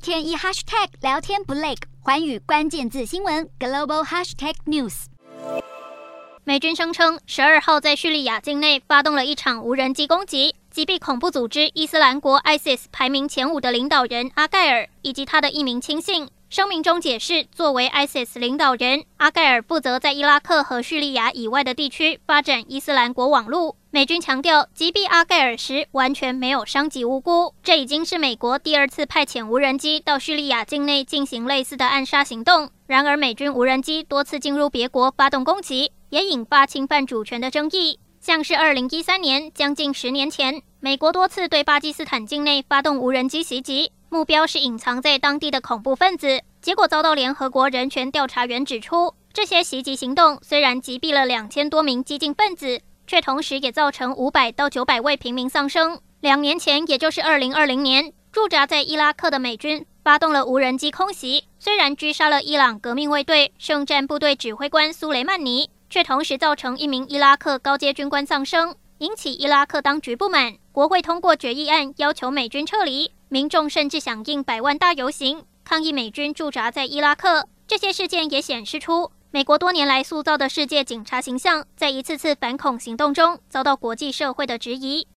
天一 hashtag 聊天不累，寰宇关键字新闻 global hashtag news。 美军声称，12号在叙利亚境内发动了一场无人机攻击，击毙恐怖组织伊斯兰国 ISIS 排名前5的领导人阿盖尔以及他的一名亲信。声明中解释，作为 ISIS 领导人，阿盖尔负责在伊拉克和叙利亚以外的地区发展伊斯兰国网路。美军强调，击毙阿盖尔时完全没有伤及无辜。这已经是美国第2次派遣无人机到叙利亚境内进行类似的暗杀行动。然而，美军无人机多次进入别国发动攻击，也引发侵犯主权的争议。像是2013年，将近10年前，美国多次对巴基斯坦境内发动无人机袭击，目标是隐藏在当地的恐怖分子。结果遭到联合国人权调查员指出，这些袭击行动虽然击毙了2000多名激进分子，却同时也造成500到900位平民丧生。2年前，也就是2020年，驻扎在伊拉克的美军发动了无人机空袭，虽然狙杀了伊朗革命卫队圣战部队指挥官苏雷曼尼，却同时造成1名伊拉克高阶军官丧生，引起伊拉克当局不满。国会通过决议案，要求美军撤离，民众甚至响应100万大游行，抗议美军驻扎在伊拉克。这些事件也显示出，美国多年来塑造的世界警察形象，在一次次反恐行动中遭到国际社会的质疑。